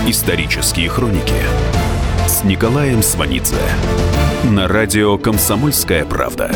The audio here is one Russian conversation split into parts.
Исторические хроники с Николаем Сванидзе на радио «Комсомольская правда».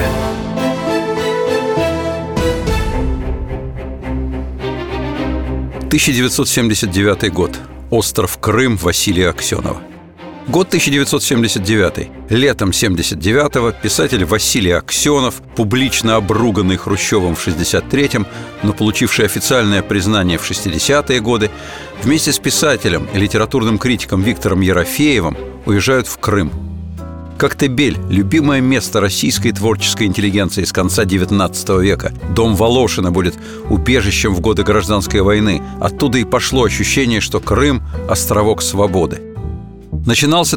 «1979 год. Остров Крым Василия Аксенова». Год 1979. Летом 1979-го писатель Василий Аксенов, публично обруганный Хрущевым в 1963-м, но получивший официальное признание в 60-е годы, вместе с писателем и литературным критиком Виктором Ерофеевым уезжают в Крым. Коктебель – любимое место российской творческой интеллигенции с конца XIX века. Дом Волошина будет убежищем в годы Гражданской войны. Оттуда и пошло ощущение, что Крым – островок свободы. Начинался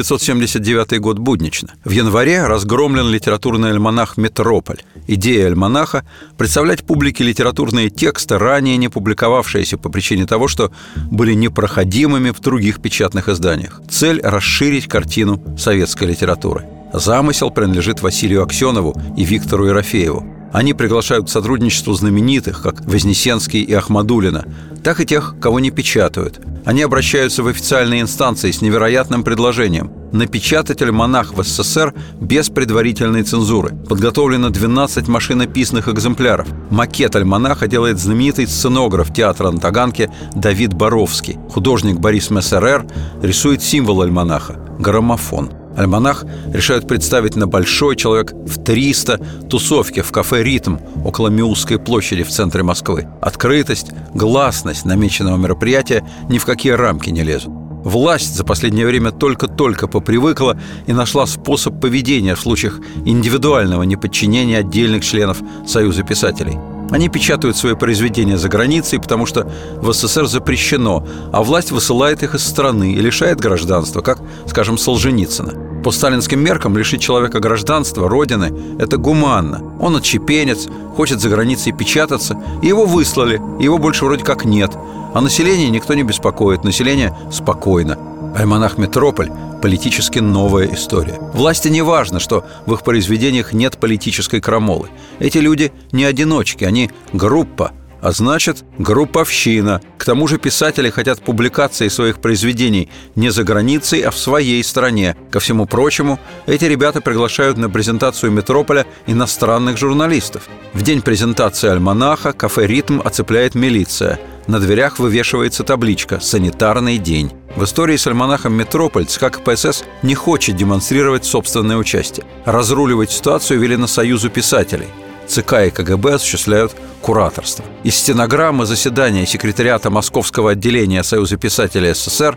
1979 год буднично. В январе разгромлен литературный альманах «Метрополь». Идея альманаха – представлять публике литературные тексты, ранее не публиковавшиеся по причине того, что были непроходимыми в других печатных изданиях. Цель – расширить картину советской литературы. Замысел принадлежит Василию Аксенову и Виктору Ерофееву. Они приглашают к сотрудничеству знаменитых, как Вознесенский и Ахмадуллина, так и тех, кого не печатают. Они обращаются в официальные инстанции с невероятным предложением – напечатать альманах в СССР без предварительной цензуры. Подготовлено 12 машинописных экземпляров. Макет альманаха делает знаменитый сценограф театра на Таганке Давид Боровский. Художник Борис Мессерер рисует символ альманаха – граммофон. Альманах решают представить на большой, человек в 300, тусовке в кафе «Ритм» около Миусской площади в центре Москвы. Открытость, гласность намеченного мероприятия ни в какие рамки не лезут. Власть за последнее время только-только попривыкла и нашла способ поведения в случаях индивидуального неподчинения отдельных членов Союза писателей. Они печатают свои произведения за границей, потому что в СССР запрещено, а власть высылает их из страны и лишает гражданства, как, скажем, Солженицына. По сталинским меркам лишить человека гражданства, родины – это гуманно. Он отщепенец, хочет за границей печататься, и его выслали, и его больше вроде как нет. А население никто не беспокоит, население спокойно. Альманах «Метрополь» – политически новая история. Власти не важно, что в их произведениях нет политической крамолы. Эти люди не одиночки, они группа, а значит, групповщина. К тому же писатели хотят публикации своих произведений не за границей, а в своей стране. Ко всему прочему, эти ребята приглашают на презентацию «Метрополя» иностранных журналистов. В день презентации альманаха кафе «Ритм» оцепляет милиция. На дверях вывешивается табличка «Санитарный день». В истории с альманахом «Метрополь» ЦК КПСС не хочет демонстрировать собственное участие. Разруливать ситуацию велено Союзу писателей. ЦК и КГБ осуществляют кураторство. Из стенограммы заседания секретариата Московского отделения Союза писателей СССР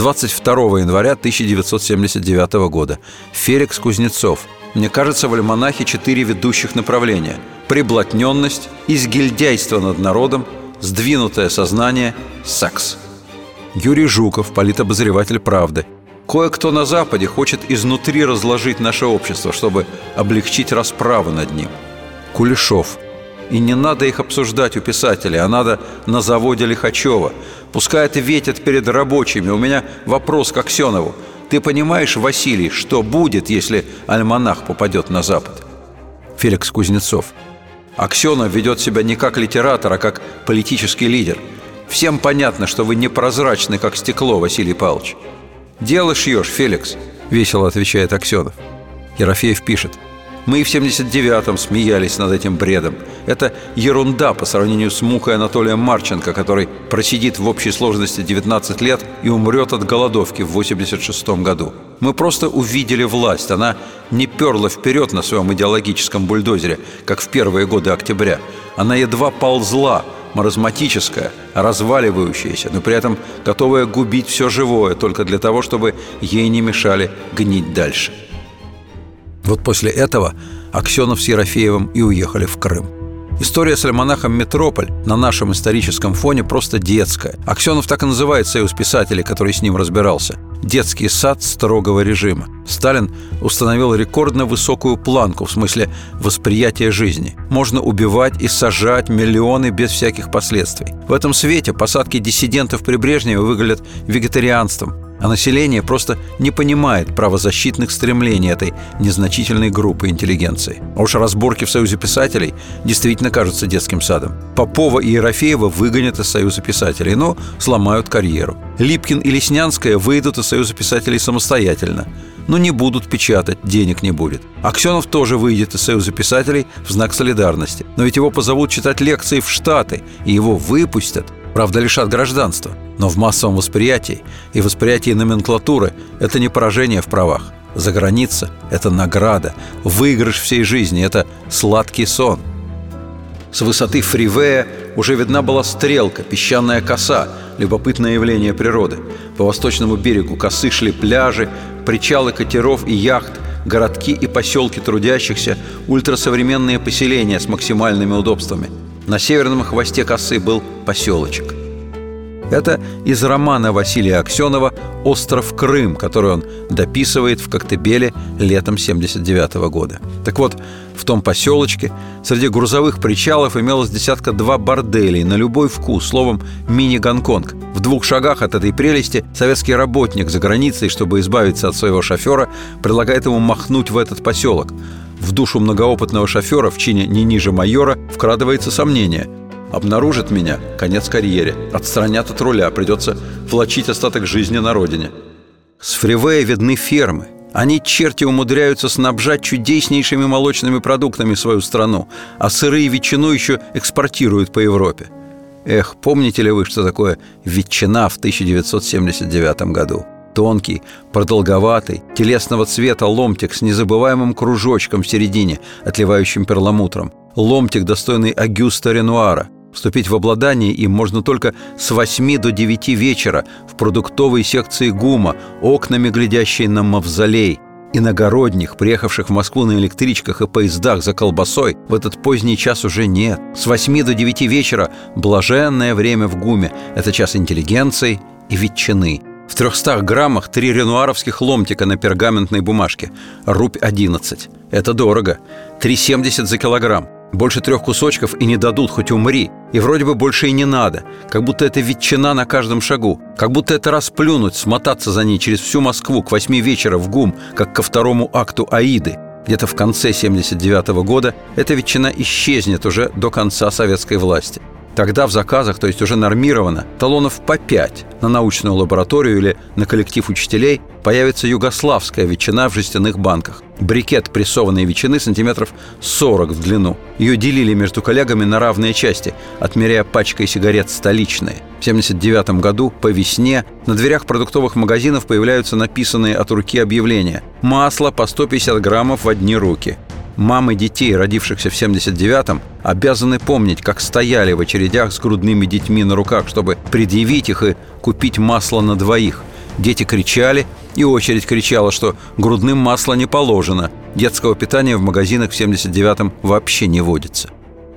22 января 1979 года. Феликс Кузнецов. Мне кажется, в альманахе 4 ведущих направления: приблотненность, изгильдяйство над народом, сдвинутое сознание, секс. Юрий Жуков, политобозреватель «Правды». Кое-кто на Западе хочет изнутри разложить наше общество, чтобы облегчить расправу над ним. Кулешов. И не надо их обсуждать у писателей, а надо на заводе Лихачева. Пускай это ветят перед рабочими. У меня вопрос к Аксенову. Ты понимаешь, Василий, что будет, если альманах попадет на Запад? Феликс Кузнецов. Аксенов ведет себя не как литератор, а как политический лидер. Всем понятно, что вы непрозрачны, как стекло, Василий Павлович. «Дело шьешь, Феликс», — весело отвечает Аксенов. Ерофеев пишет: «Мы и в 79-м смеялись над этим бредом. Это ерунда по сравнению с мукой Анатолия Марченко, который просидит в общей сложности 19 лет и умрет от голодовки в 86-м году. Мы просто увидели власть. Она не перла вперед на своем идеологическом бульдозере, как в первые годы октября. Она едва ползла, маразматическая, разваливающаяся, но при этом готовая губить все живое только для того, чтобы ей не мешали гнить дальше». Вот после этого Аксенов с Ерофеевым и уехали в Крым. История с альманахом «Метрополь» на нашем историческом фоне просто детская. Аксенов так и называет Союз писателей, который с ним разбирался. Детский сад строгого режима. Сталин установил рекордно высокую планку в смысле восприятия жизни. Можно убивать и сажать миллионы без всяких последствий. В этом свете посадки диссидентов при Брежневе выглядят вегетарианством. А население просто не понимает правозащитных стремлений этой незначительной группы интеллигенции. А уж разборки в Союзе писателей действительно кажутся детским садом. Попова и Ерофеева выгонят из Союза писателей, но сломают карьеру. Липкин и Леснянская выйдут из Союза писателей самостоятельно, но не будут печатать, денег не будет. Аксенов тоже выйдет из Союза писателей в знак солидарности. Но ведь его позовут читать лекции в Штаты, и его выпустят. Правда, лишат гражданства. Но в массовом восприятии и восприятии номенклатуры это не поражение в правах. За граница – это награда, выигрыш всей жизни – это сладкий сон. С высоты фривея уже видна была стрелка, песчаная коса, любопытное явление природы. По восточному берегу косы шли пляжи, причалы катеров и яхт, городки и поселки трудящихся, ультрасовременные поселения с максимальными удобствами. На северном хвосте косы был поселочек. Это из романа Василия Аксенова «Остров Крым», который он дописывает в Коктебеле летом 1979 года. Так вот, в том поселочке среди грузовых причалов имелось 12 борделей на любой вкус, словом, мини-Гонконг. В 2 шагах от этой прелести советский работник за границей, чтобы избавиться от своего шофера, предлагает ему махнуть в этот поселок. В душу многоопытного шофера в чине не ниже майора вкрадывается сомнение. Обнаружат меня – конец карьере. Отстранят от руля, придется влачить остаток жизни на родине. С фривея видны фермы. Они, черти, умудряются снабжать чудеснейшими молочными продуктами свою страну, а сыры и ветчину еще экспортируют по Европе. Эх, помните ли вы, что такое ветчина в 1979 году? Тонкий, продолговатый, телесного цвета ломтик с незабываемым кружочком в середине, отливающим перламутром. Ломтик, достойный Агюста Ренуара. Вступить в обладание им можно только с 8 до 9 вечера в продуктовой секции ГУМа, окнами глядящей на мавзолей. Иногородних, приехавших в Москву на электричках и поездах за колбасой, в этот поздний час уже нет. С 8 до 9 вечера блаженное время в ГУМе – это час интеллигенции и ветчины. В 300 граммах 3 ренуаровских ломтика на пергаментной бумажке. Рубь 11. Это дорого. 3,70 за килограмм. Больше 3 кусочков и не дадут, хоть умри. И вроде бы больше и не надо. Как будто это ветчина на каждом шагу. Как будто это расплюнуть, смотаться за ней через всю Москву к 8 вечера в ГУМ, как ко 2-му акту «Аиды». Где-то в конце 1979 года эта ветчина исчезнет уже до конца советской власти. Тогда в заказах, то есть уже нормировано, талонов по 5 на научную лабораторию или на коллектив учителей появится югославская ветчина в жестяных банках. Брикет прессованной ветчины сантиметров 40 в длину. Ее делили между коллегами на равные части, отмеряя пачкой сигарет «Столичные». В 1979 году по весне на дверях продуктовых магазинов появляются написанные от руки объявления: «Масло по 150 граммов в одни руки». Мамы детей, родившихся в 1979-м, обязаны помнить, как стояли в очередях с грудными детьми на руках, чтобы предъявить их и купить масло на двоих. Дети кричали, и очередь кричала, что грудным масло не положено. Детского питания в магазинах в 1979-м вообще не водится.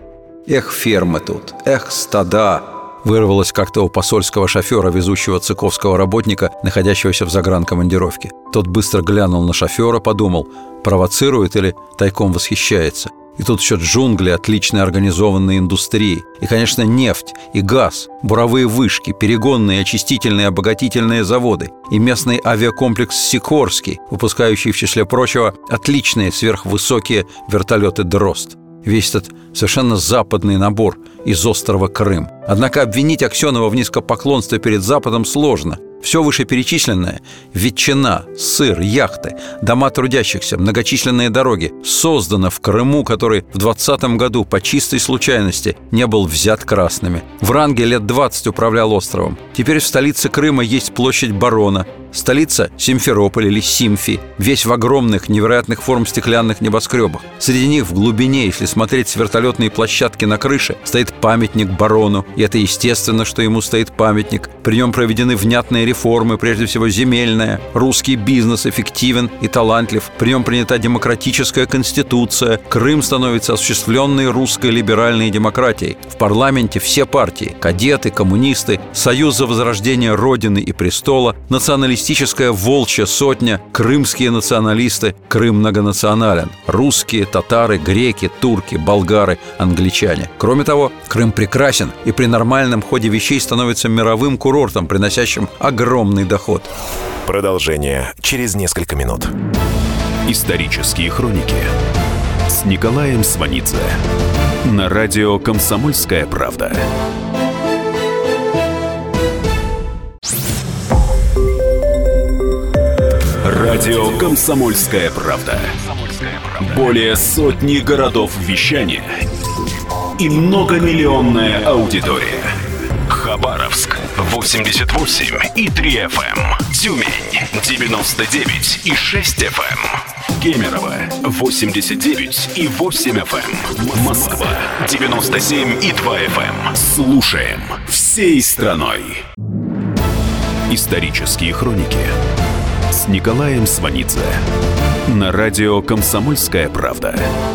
«Эх, фермы тут! Эх, стада!» вырвалось как-то у посольского шофера, везущего цыковского работника, находящегося в загранкомандировке. Тот быстро глянул на шофера, подумал, провоцирует или тайком восхищается. И тут еще джунгли отлично организованной индустрии. И, конечно, нефть и газ, буровые вышки, перегонные, очистительные, обогатительные заводы. И местный авиакомплекс «Сикорский», выпускающий, в числе прочего, отличные сверхвысокие вертолеты «Дрозд». Весь этот совершенно западный набор из острова Крым. Однако обвинить Аксенова в низкопоклонстве перед Западом сложно. Все вышеперечисленное – ветчина, сыр, яхты, дома трудящихся, многочисленные дороги – создано в Крыму, который в 2020 году по чистой случайности не был взят красными. Врангель лет 20 управлял островом. Теперь в столице Крыма есть площадь Барона. Столица – Симферополь или Симфи, весь в огромных, невероятных форм стеклянных небоскребах. Среди них в глубине, если смотреть с вертолетной площадки на крыше, стоит памятник Барону. И это естественно, что ему стоит памятник. При нем проведены внятные реформы, прежде всего земельная. Русский бизнес эффективен и талантлив. При нем принята демократическая конституция. Крым становится осуществленной русской либеральной демократией. В парламенте все партии – кадеты, коммунисты, Союз за возрождение Родины и престола, националистические террористическая волчья сотня, крымские националисты, Крым многонационален, русские, татары, греки, турки, болгары, англичане. Кроме того, Крым прекрасен и при нормальном ходе вещей становится мировым курортом, приносящим огромный доход. Продолжение через несколько минут. Исторические хроники с Николаем Сванидзе на радио «Комсомольская правда». Радио «Комсомольская правда». Более сотни городов вещания и многомиллионная аудитория. Хабаровск 88,3 FM, Тюмень 99,6 FM, Кемерово 89,8 FM, Москва 97,2 FM. Слушаем всей страной. Исторические хроники с Николаем Сванидзе на радио «Комсомольская правда».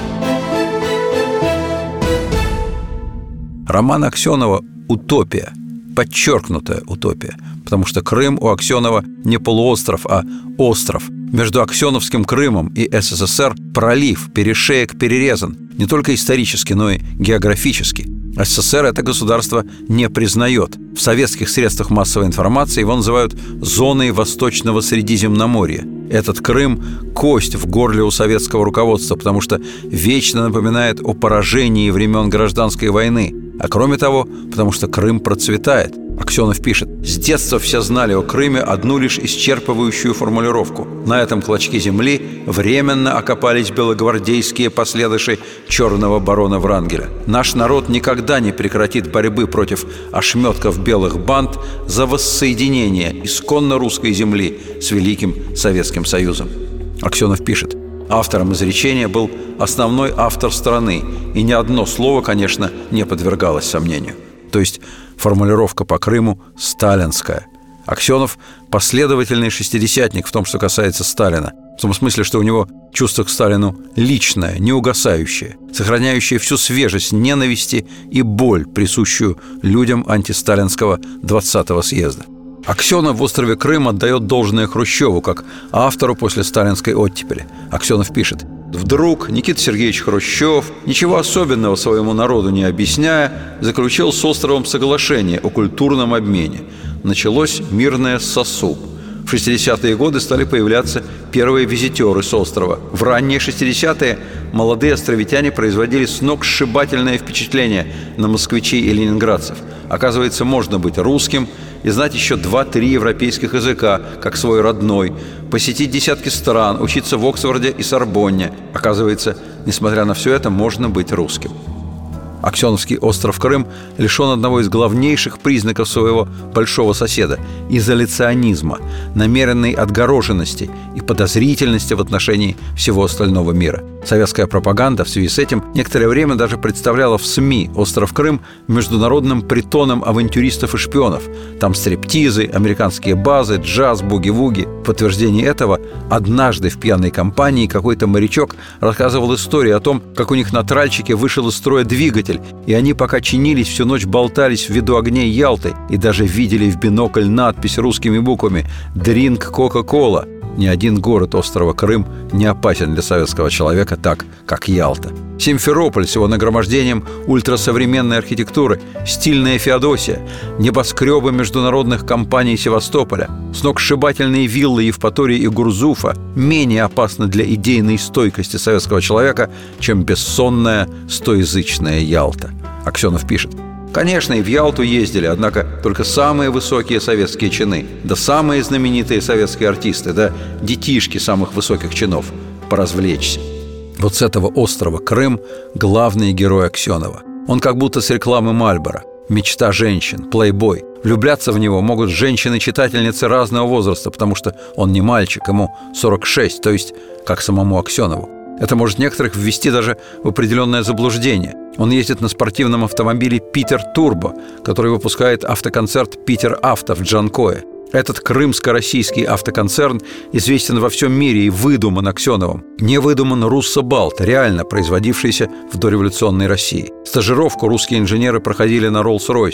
Роман Аксенова «Утопия», подчеркнутая утопия, потому что Крым у Аксенова не полуостров, а остров. Между Аксеновским Крымом и СССР пролив, перешеек перерезан, не только исторически, но и географически. СССР это государство не признает. В советских средствах массовой информации его называют зоной Восточного Средиземноморья. Этот Крым – кость в горле у советского руководства, потому что вечно напоминает о поражении времен Гражданской войны. А кроме того, потому что Крым процветает. Аксенов пишет: «С детства все знали о Крыме одну лишь исчерпывающую формулировку. На этом клочке земли временно окопались белогвардейские последующие черного барона Врангеля. Наш народ никогда не прекратит борьбы против ошметков белых банд за воссоединение исконно русской земли с Великим Советским Союзом». Аксенов пишет: автором изречения был основной автор страны, и ни одно слово, конечно, не подвергалось сомнению. То есть формулировка по Крыму сталинская. Аксенов – последовательный шестидесятник в том, что касается Сталина. В том смысле, что у него чувство к Сталину личное, неугасающее, сохраняющее всю свежесть ненависти и боль, присущую людям антисталинского 20-го съезда. Аксенов в острове Крым отдает должное Хрущеву, как автору после сталинской оттепели. Аксенов пишет: «Вдруг Никита Сергеевич Хрущев, ничего особенного своему народу не объясняя, заключил с островом соглашение о культурном обмене. Началось мирное СОСУ. В 60-е годы стали появляться первые визитеры с острова. В ранние 60-е молодые островитяне производили сногсшибательное впечатление на москвичей и ленинградцев. Оказывается, можно быть русским и знать еще 2-3 европейских языка, как свой родной, посетить десятки стран, учиться в Оксфорде и Сорбонне. Оказывается, несмотря на все это, можно быть русским». Аксеновский остров Крым лишен одного из главнейших признаков своего большого соседа – изоляционизма, намеренной отгороженности и подозрительности в отношении всего остального мира. Советская пропаганда в связи с этим некоторое время даже представляла в СМИ остров Крым международным притоном авантюристов и шпионов. Там стриптизы, американские базы, джаз, буги-вуги. В подтверждение этого однажды в пьяной компании какой-то морячок рассказывал историю о том, как у них на тральчике вышел из строя двигатель, и они, пока чинились, всю ночь болтались в виду огней Ялты и даже видели в бинокль надпись русскими буквами «Дринк Кока-Кола». Ни один город острова Крым не опасен для советского человека так, как Ялта. Симферополь с его нагромождением ультрасовременной архитектуры, стильная Феодосия, небоскребы международных компаний Севастополя, сногсшибательные виллы Евпатории и Гурзуфа менее опасны для идейной стойкости советского человека, чем бессонная стоязычная Ялта. Аксенов пишет: «Конечно, и в Ялту ездили, однако только самые высокие советские чины, да самые знаменитые советские артисты, да детишки самых высоких чинов поразвлечься». Вот с этого острова Крым главный герой Аксенова. Он как будто с рекламы Мальборо. Мечта женщин, плейбой. Влюбляться в него могут женщины-читательницы разного возраста, потому что он не мальчик, ему 46, то есть как самому Аксенову. Это может некоторых ввести даже в определенное заблуждение. Он ездит на спортивном автомобиле «Питер Турбо», который выпускает автоконцерт «Питер Авто» в Джанкое. Этот крымско-российский автоконцерн известен во всем мире и выдуман Аксеновым. Не выдуман Руссобалт, реально производившийся в дореволюционной России. Стажировку русские инженеры проходили на Роллс-Ройсе.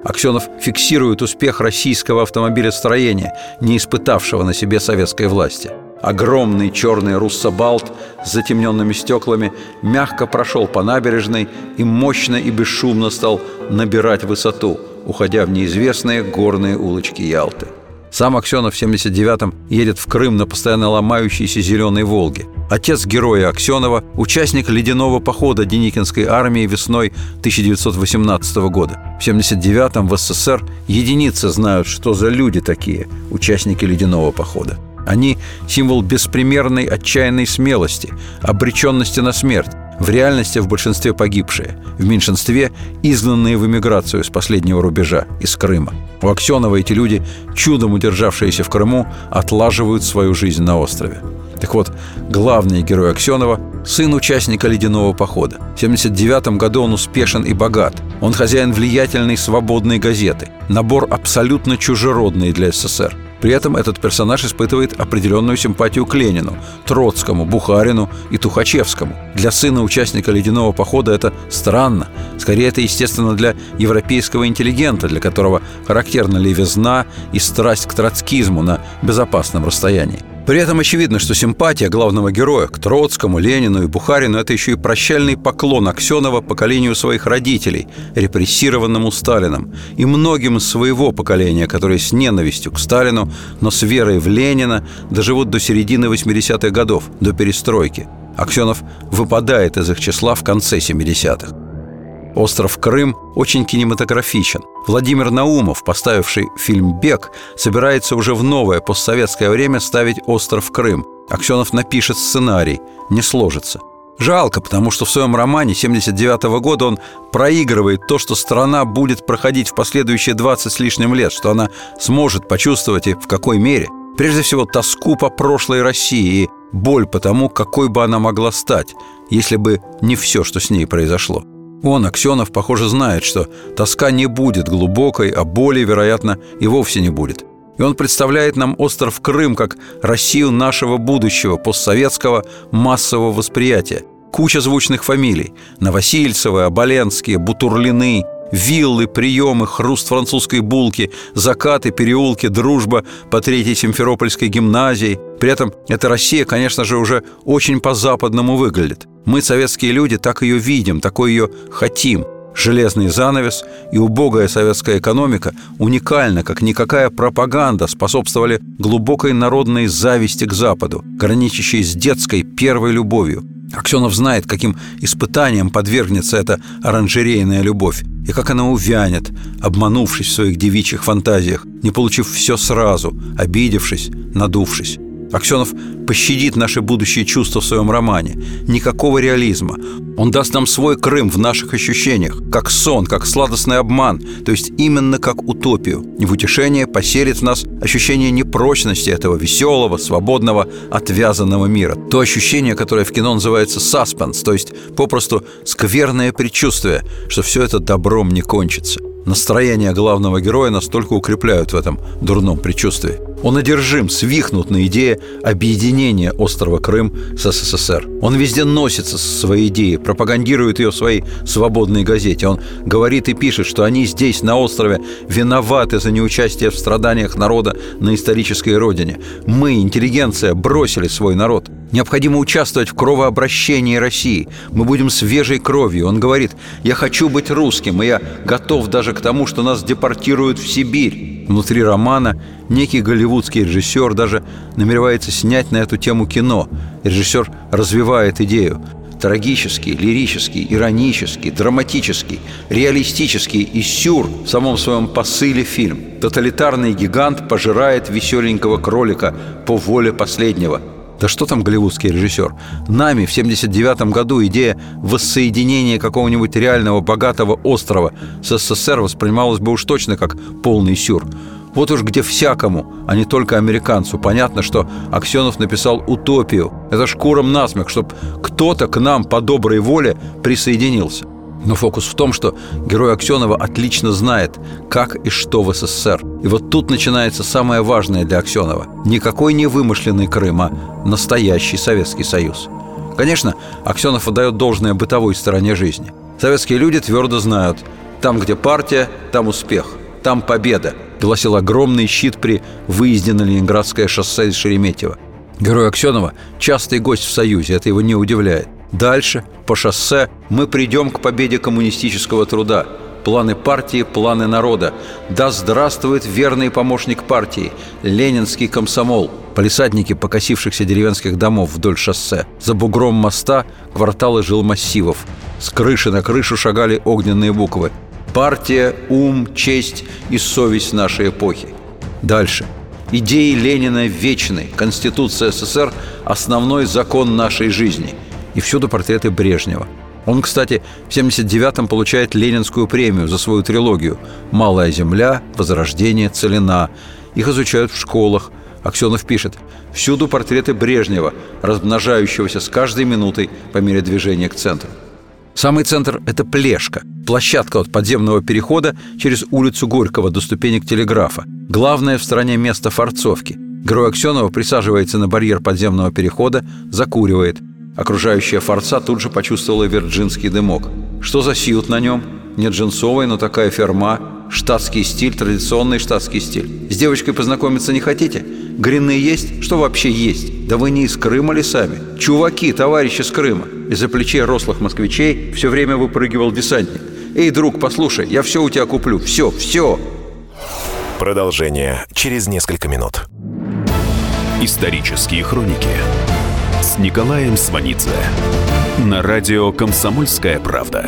Аксенов фиксирует успех российского автомобилестроения, не испытавшего на себе советской власти. Огромный черный руссобалт с затемненными стеклами мягко прошел по набережной и мощно и бесшумно стал набирать высоту, уходя в неизвестные горные улочки Ялты. Сам Аксенов в 1979-м едет в Крым на постоянно ломающейся «Зеленой Волге». Отец героя Аксенова – участник ледяного похода Деникинской армии весной 1918 года. В 1979-м в СССР единицы знают, что за люди такие участники ледяного похода. Они – символ беспримерной отчаянной смелости, обреченности на смерть, в реальности в большинстве погибшие, в меньшинстве изгнанные в эмиграцию с последнего рубежа, из Крыма. У Аксенова эти люди, чудом удержавшиеся в Крыму, отлаживают свою жизнь на острове. Так вот, главный герой Аксенова – сын участника ледяного похода. В 1979 году он успешен и богат. Он хозяин влиятельной свободной газеты. Набор абсолютно чужеродный для СССР. При этом этот персонаж испытывает определенную симпатию к Ленину, Троцкому, Бухарину и Тухачевскому. Для сына участника ледяного похода это странно. Скорее, это естественно для европейского интеллигента, для которого характерна левизна и страсть к троцкизму на безопасном расстоянии. При этом очевидно, что симпатия главного героя к Троцкому, Ленину и Бухарину – это еще и прощальный поклон Аксенова поколению своих родителей, репрессированному Сталином, и многим из своего поколения, которые с ненавистью к Сталину, но с верой в Ленина доживут до середины 80-х годов, до перестройки. Аксенов выпадает из их числа в конце 70-х. «Остров Крым» очень кинематографичен. Владимир Наумов, поставивший фильм «Бег», собирается уже в новое постсоветское время ставить «Остров Крым». Аксенов напишет сценарий. Не сложится. Жалко, потому что в своем романе 1979 года он проигрывает то, что страна будет проходить в последующие 20 с лишним лет, что она сможет почувствовать и в какой мере. Прежде всего, тоску по прошлой России и боль по тому, какой бы она могла стать, если бы не все, что с ней произошло. Он, Аксенов, похоже, знает, что тоска не будет глубокой, а боли, вероятно, и вовсе не будет. И он представляет нам остров Крым как Россию нашего будущего, постсоветского массового восприятия. Куча звучных фамилий – Новосильцевы, Оболенские, Бутурлины, виллы, приемы, хруст французской булки, закаты, переулки, дружба по Третьей Симферопольской гимназии. При этом эта Россия, конечно же, уже очень по-западному выглядит. Мы, советские люди, так ее видим, такой ее хотим. Железный занавес и убогая советская экономика уникально, как никакая пропаганда, способствовали глубокой народной зависти к Западу, граничащей с детской первой любовью. Аксенов знает, каким испытаниям подвергнется эта оранжерейная любовь, и как она увянет, обманувшись в своих девичьих фантазиях, не получив все сразу, обидевшись, надувшись. Аксенов пощадит наши будущие чувства в своем романе. Никакого реализма. Он даст нам свой Крым в наших ощущениях, как сон, как сладостный обман, то есть именно как утопию. И в утешение поселит в нас ощущение непрочности этого веселого, свободного, отвязанного мира. То ощущение, которое в кино называется саспенс, то есть попросту скверное предчувствие, что все это добром не кончится. Настроение главного героя настолько укрепляют в этом дурном предчувствии. Он одержим, свихнут на идее объединения острова Крым с СССР. Он везде носится со своей идеей, пропагандирует ее в своей свободной газете. Он говорит и пишет, что они здесь, на острове, виноваты за неучастие в страданиях народа на исторической родине. Мы, интеллигенция, бросили свой народ. Необходимо участвовать в кровообращении России. Мы будем свежей кровью. Он говорит: «Я хочу быть русским, и я готов даже к тому, что нас депортируют в Сибирь». Внутри романа некий голливудский режиссер даже намеревается снять на эту тему кино. Режиссер развивает идею. Трагический, лирический, иронический, драматический, реалистический и сюр в самом своем посыле фильм. Тоталитарный гигант пожирает веселенького кролика по воле последнего. Да что там голливудский режиссер? Нами в 1979 году идея воссоединения какого-нибудь реального богатого острова с СССР воспринималась бы уж точно как полный сюр. Вот уж где всякому, а не только американцу, понятно, что Аксенов написал утопию. Это ж курам насмех, чтоб кто-то к нам по доброй воле присоединился. Но фокус в том, что герой Аксенова отлично знает, как и что в СССР. И вот тут начинается самое важное для Аксенова. Никакой не вымышленный Крым, а настоящий Советский Союз. Конечно, Аксенов отдает должное бытовой стороне жизни. Советские люди твердо знают: там, где партия, там успех. там победа», гласил огромный щит при выезде на Ленинградское шоссе из Шереметьево. Герой Аксенова – частый гость в Союзе, это его не удивляет. Дальше, по шоссе, мы придем к победе коммунистического труда. Планы партии, планы народа. Да здравствует верный помощник партии, ленинский комсомол. Палисадники покосившихся деревенских домов вдоль шоссе. За бугром моста кварталы жилмассивов. С крыши на крышу шагали огненные буквы. Партия, ум, честь и совесть нашей эпохи. Дальше. Идеи Ленина вечны. Конституция СССР – основной закон нашей жизни. И всюду портреты Брежнева. Он, кстати, в 1979-м получает Ленинскую премию за свою трилогию «Малая земля», «Возрождение», «Целина». Их изучают в школах. Аксенов пишет: «Всюду портреты Брежнева, размножающегося с каждой минутой по мере движения к центру». Самый центр – это Плешка, площадка от подземного перехода через улицу Горького до ступенек телеграфа. Главное в стране место форцовки. Герой Аксенова присаживается на барьер подземного перехода, закуривает. Окружающая форца тут же почувствовала вирджинский дымок. Что за сьют на нем? Не джинсовый, но такая ферма. Штатский стиль, традиционный штатский стиль. С девочкой познакомиться не хотите? Грины есть? Что вообще есть? Да вы не из Крыма ли сами? Чуваки, товарищи с Крыма. Из-за плечей рослых москвичей все время выпрыгивал десантник. «Эй, друг, послушай, я все у тебя куплю. Все, все!» Продолжение через несколько минут. Исторические хроники с Николаем Сванидзе на радио «Комсомольская правда».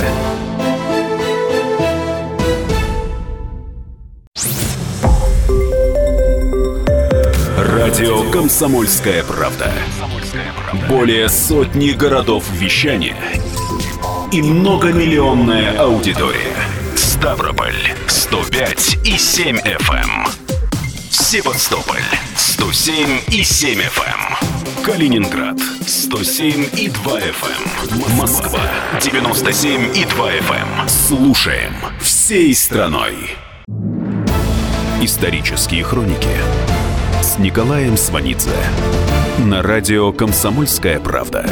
Радио «Комсомольская правда». Более сотни городов вещания и многомиллионная аудитория. Ставрополь 105,7 FM. Севастополь 107,7 FM. Калининград 107,2 FM. Москва 97,2 FM. Слушаем всей страной. Исторические хроники с Николаем Сванидзе на радио «Комсомольская правда».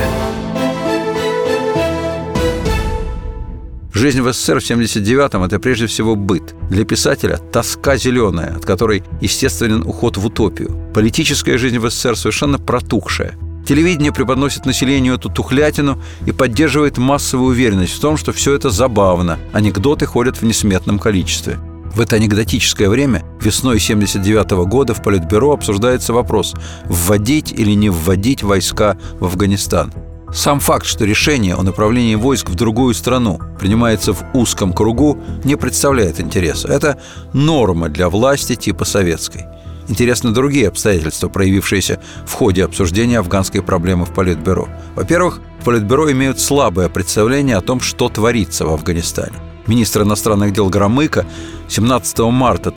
Жизнь в СССР в 1979-м – это прежде всего быт. Для писателя – тоска зеленая, от которой естественен уход в утопию. Политическая жизнь в СССР совершенно протухшая. Телевидение преподносит населению эту тухлятину и поддерживает массовую уверенность в том, что все это забавно. Анекдоты ходят в несметном количестве. В это анекдотическое время, весной 1979 года, в Политбюро обсуждается вопрос – вводить или не вводить войска в Афганистан. Сам факт, что решение о направлении войск в другую страну принимается в узком кругу, не представляет интереса. Это норма для власти типа советской. Интересны другие обстоятельства, проявившиеся в ходе обсуждения афганской проблемы в Политбюро. Во-первых, в Политбюро имеют слабое представление о том, что творится в Афганистане. Министр иностранных дел Громыко 17 марта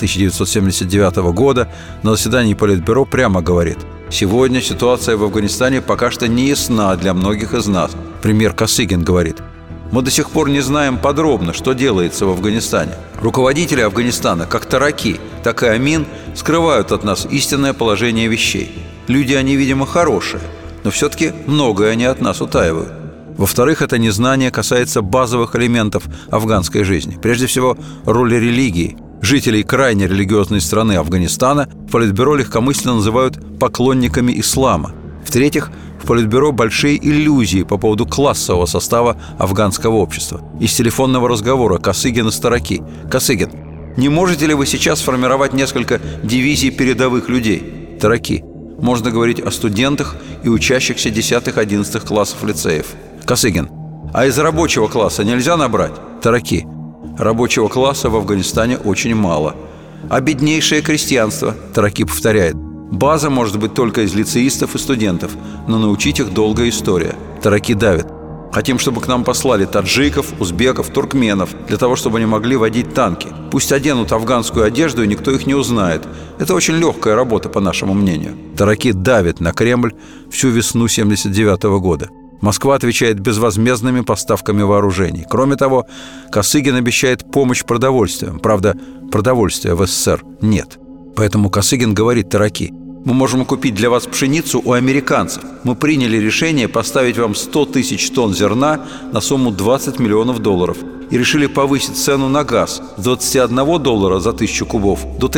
1979 года на заседании Политбюро прямо говорит: «Сегодня ситуация в Афганистане пока что не ясна для многих из нас». Премьер Косыгин говорит: «Мы до сих пор не знаем подробно, что делается в Афганистане. Руководители Афганистана, как Тараки, так и Амин, скрывают от нас истинное положение вещей. Люди они, видимо, хорошие, но все-таки многое они от нас утаивают». Во-вторых, это незнание касается базовых элементов афганской жизни. Прежде всего, роли религии. Жителей крайне религиозной страны Афганистана в Политбюро легкомысленно называют поклонниками ислама. В-третьих, в Политбюро большие иллюзии по поводу классового состава афганского общества. Из телефонного разговора Косыгина с Тараки: «Косыгин, не можете ли вы сейчас сформировать несколько дивизий передовых людей?» Тараки: «Можно говорить о студентах и учащихся 10-11 классов лицеев». Косыгин: «А из рабочего класса нельзя набрать?» Тараки: «Рабочего класса в Афганистане очень мало». «А беднейшее крестьянство?» Тараки повторяет: «База может быть только из лицеистов и студентов, но научить их долгая история». Тараки давит: «Хотим, чтобы к нам послали таджиков, узбеков, туркменов, для того, чтобы они могли водить танки. Пусть оденут афганскую одежду, и никто их не узнает. Это очень легкая работа, по нашему мнению». Тараки давит на Кремль всю весну 1979 года. Москва отвечает безвозмездными поставками вооружений. Кроме того, Косыгин обещает помощь продовольствием. Правда, продовольствия в СССР нет. Поэтому Косыгин говорит Тараки: Мы можем купить для вас пшеницу у американцев. Мы приняли решение поставить вам 100 тысяч тонн зерна на сумму $20 миллионов и решили повысить цену на газ с $21 за 1000 кубов до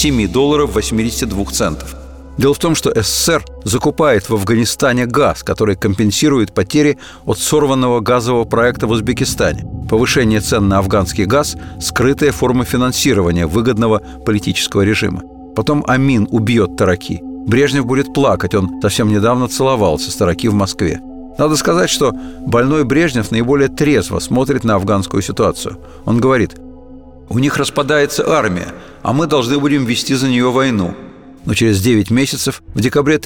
$37.82. Дело в том, что СССР закупает в Афганистане газ, который компенсирует потери от сорванного газового проекта в Узбекистане. Повышение цен на афганский газ – скрытая форма финансирования выгодного политического режима. Потом Амин убьет Тараки. Брежнев будет плакать, он совсем недавно целовался с Тараки в Москве. Надо сказать, что больной Брежнев наиболее трезво смотрит на афганскую ситуацию. Он говорит: «У них распадается армия, а мы должны будем вести за нее войну». Но через 9 месяцев, в декабре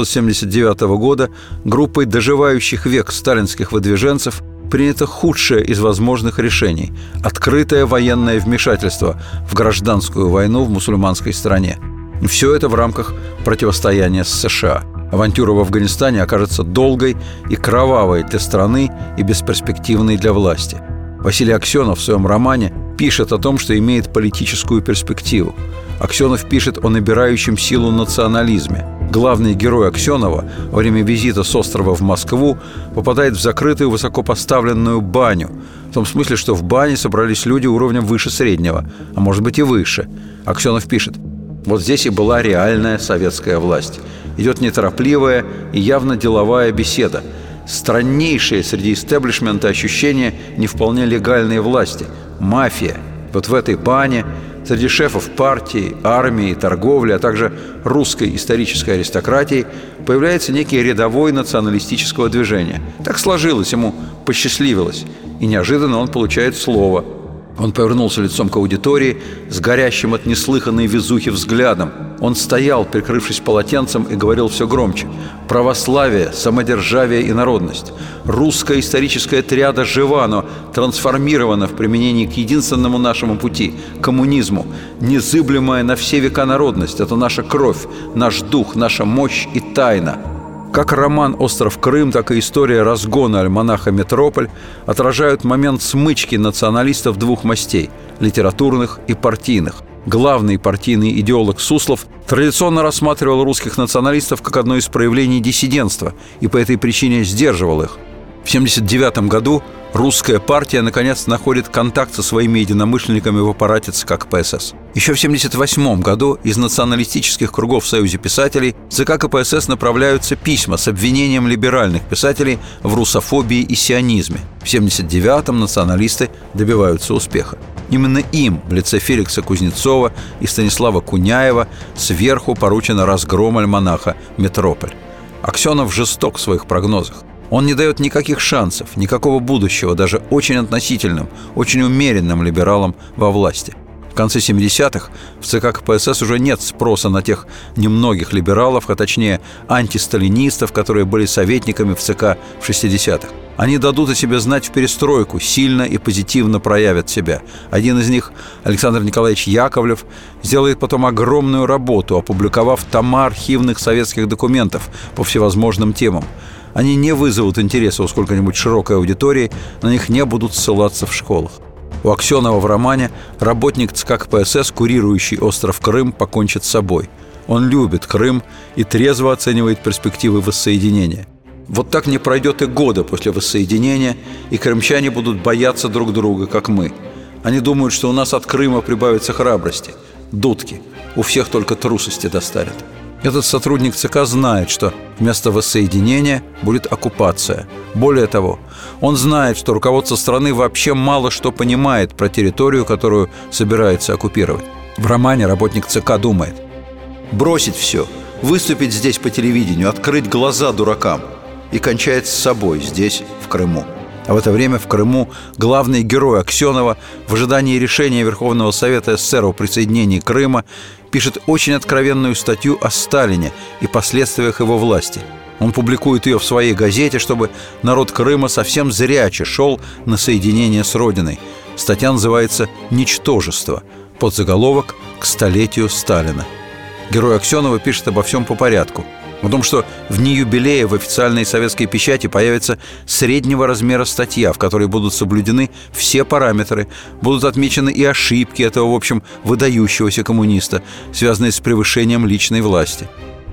1979 года, группой доживающих век сталинских выдвиженцев принято худшее из возможных решений – открытое военное вмешательство в гражданскую войну в мусульманской стране. И все это в рамках противостояния с США. Авантюра в Афганистане окажется долгой и кровавой для страны и бесперспективной для власти. Василий Аксенов в своем романе пишет о том, что имеет политическую перспективу. Аксенов пишет о набирающем силу национализме. Главный герой Аксенова во время визита с острова в Москву попадает в закрытую высокопоставленную баню. В том смысле, что в бане собрались люди уровнем выше среднего, а может быть и выше. Аксенов пишет: «Вот здесь и была реальная советская власть. Идет неторопливая и явно деловая беседа. Страннейшее среди истеблишмента ощущение не вполне легальной власти. Мафия. Вот в этой бане среди шефов партии, армии, торговли, а также русской исторической аристократии появляется некий рядовой националистического движения. Так сложилось, ему посчастливилось, и неожиданно он получает слово. Он повернулся лицом к аудитории с горящим от неслыханной везухи взглядом. Он стоял, прикрывшись полотенцем, и говорил все громче: «Православие, самодержавие и народность. Русская историческая триада жива, но трансформирована в применении к единственному нашему пути – коммунизму. Незыблемая на все века народность – это наша кровь, наш дух, наша мощь и тайна». Как роман «Остров Крым», так и история разгона альманаха «Метрополь» отражают момент смычки националистов двух мастей – литературных и партийных. Главный партийный идеолог Суслов традиционно рассматривал русских националистов как одно из проявлений диссидентства и по этой причине сдерживал их. В 1979 году русская партия наконец находит контакт со своими единомышленниками в аппарате ЦК КПСС. Еще в 1978 году из националистических кругов в Союзе писателей в ЦК КПСС направляются письма с обвинением либеральных писателей в русофобии и сионизме. В 1979-м националисты добиваются успеха. Именно им в лице Феликса Кузнецова и Станислава Куняева сверху поручено разгром альманаха «Метрополь». Аксенов жесток в своих прогнозах. Он не дает никаких шансов, никакого будущего даже очень относительным, очень умеренным либералам во власти. В конце 70-х в ЦК КПСС уже нет спроса на тех немногих либералов, а точнее антисталинистов, которые были советниками в ЦК в 60-х. Они дадут о себе знать в перестройку, сильно и позитивно проявят себя. Один из них, Александр Николаевич Яковлев, сделает потом огромную работу, опубликовав тома архивных советских документов по всевозможным темам. Они не вызовут интереса у сколько-нибудь широкой аудитории, на них не будут ссылаться в школах. У Аксенова в романе работник ЦК КПСС, курирующий остров Крым, покончит с собой. Он любит Крым и трезво оценивает перспективы воссоединения. Вот так не пройдет и года после воссоединения, и крымчане будут бояться друг друга, как мы. Они думают, что у нас от Крыма прибавится храбрости, дудки. У всех только трусости достанет. Этот сотрудник ЦК знает, что вместо воссоединения будет оккупация. Более того, он знает, что руководство страны вообще мало что понимает про территорию, которую собирается оккупировать. В романе работник ЦК думает: бросить все, выступить здесь по телевидению, открыть глаза дуракам, и кончает с собой здесь, в Крыму. А в это время в Крыму главный герой Аксенова в ожидании решения Верховного Совета СССР о присоединении Крыма пишет очень откровенную статью о Сталине и последствиях его власти. Он публикует ее в своей газете, чтобы народ Крыма совсем зряче шел на соединение с Родиной. Статья называется «Ничтожество». Подзаголовок «К столетию Сталина». Герой Аксенова пишет обо всем по порядку. О том, что в дни юбилея в официальной советской печати появится среднего размера статья, в которой будут соблюдены все параметры, будут отмечены и ошибки этого, в общем, выдающегося коммуниста, связанные с превышением личной власти.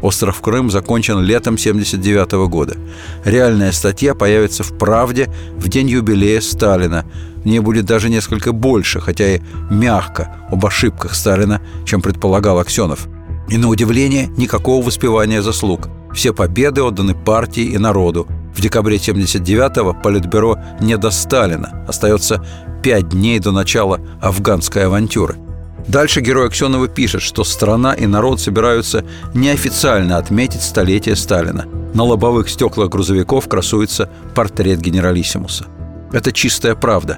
«Остров Крым» закончен летом 1979 года. Реальная статья появится в «Правде» в день юбилея Сталина. В ней будет даже несколько больше, хотя и мягко, об ошибках Сталина, чем предполагал Аксенов. И, на удивление, никакого воспевания заслуг. Все победы отданы партии и народу. В декабре 1979-го Политбюро не до Сталина. Остается 5 дней до начала афганской авантюры. Дальше герой Аксенова пишет, что страна и народ собираются неофициально отметить столетие Сталина. На лобовых стеклах грузовиков красуется портрет генералиссимуса. Это чистая правда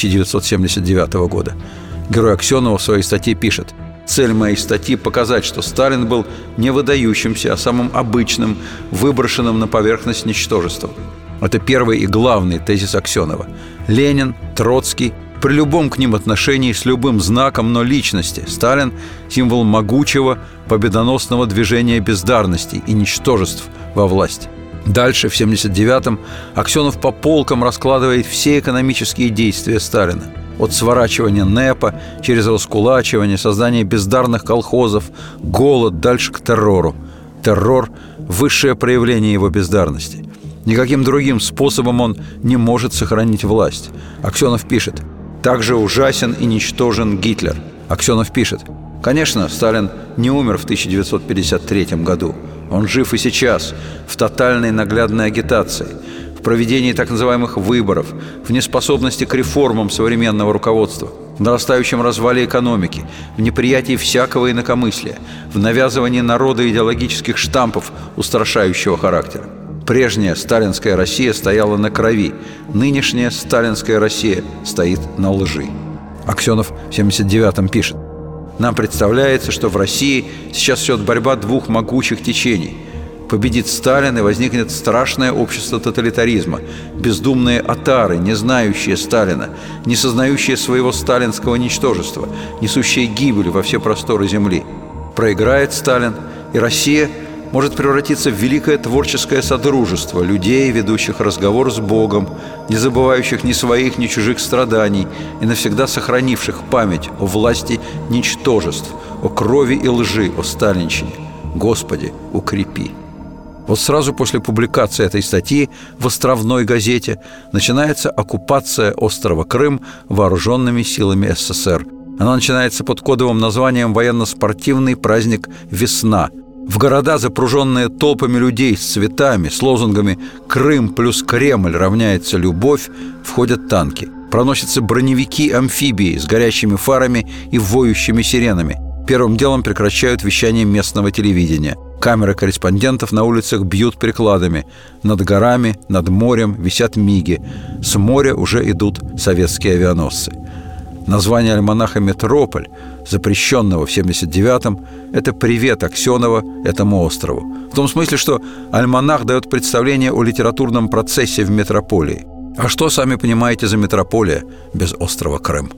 1979 года. Герой Аксенова в своей статье пишет: «Цель моей статьи – показать, что Сталин был не выдающимся, а самым обычным, выброшенным на поверхность ничтожеством». Это первый и главный тезис Аксенова. Ленин, Троцкий, при любом к ним отношении, с любым знаком, но личности. Сталин – символ могучего, победоносного движения бездарностей и ничтожеств во власти. Дальше, в 1979-м, Аксенов по полкам раскладывает все экономические действия Сталина. От сворачивания НЭПа, через раскулачивание, создание бездарных колхозов, голод, дальше к террору. Террор – высшее проявление его бездарности. Никаким другим способом он не может сохранить власть. Аксенов пишет: «Также ужасен и ничтожен Гитлер». Аксенов пишет: «Конечно, Сталин не умер в 1953 году. Он жив и сейчас, в тотальной наглядной агитации, в проведении так называемых выборов, в неспособности к реформам современного руководства, в нарастающем развале экономики, в неприятии всякого инакомыслия, в навязывании народа идеологических штампов устрашающего характера. Прежняя сталинская Россия стояла на крови, нынешняя сталинская Россия стоит на лжи». Аксенов в 1979-м пишет: «Нам представляется, что в России сейчас идет борьба двух могучих течений. Победит Сталин, и возникнет страшное общество тоталитаризма, бездумные отары, не знающие Сталина, не сознающие своего сталинского ничтожества, несущие гибель во все просторы земли. Проиграет Сталин, и Россия может превратиться в великое творческое содружество людей, ведущих разговор с Богом, не забывающих ни своих, ни чужих страданий и навсегда сохранивших память о власти ничтожеств, о крови и лжи, о сталинщине. Господи, укрепи». Вот сразу после публикации этой статьи в «Островной газете» начинается оккупация острова Крым вооруженными силами СССР. Она начинается под кодовым названием «Военно-спортивный праздник «Весна». В города, запруженные толпами людей с цветами, с лозунгами «Крым плюс Кремль равняется любовь», входят танки. Проносятся броневики-амфибии с горящими фарами и воющими сиренами. Первым делом прекращают вещание местного телевидения. Камеры корреспондентов на улицах бьют прикладами. Над горами, над морем висят миги. С моря уже идут советские авианосцы. Название альманаха «Метрополь», запрещенного в 1979-м, это привет Аксенова этому острову. В том смысле, что альманах дает представление о литературном процессе в метрополии. А что, сами понимаете, за метрополия без острова Крым?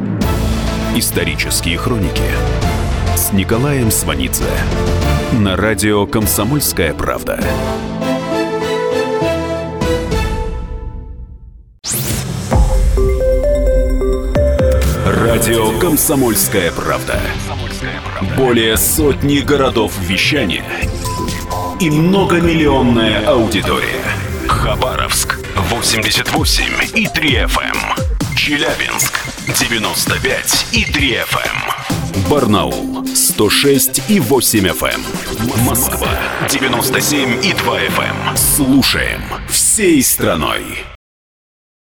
Исторические хроники с Николаем Сванидзе на радио «Комсомольская правда». Радио «Комсомольская правда». Более сотни городов вещания и многомиллионная аудитория. Хабаровск 88,3 FM. Челябинск 95,3 FM. Барнаул 106,8 FM. Москва 97,2 FM. Слушаем всей страной.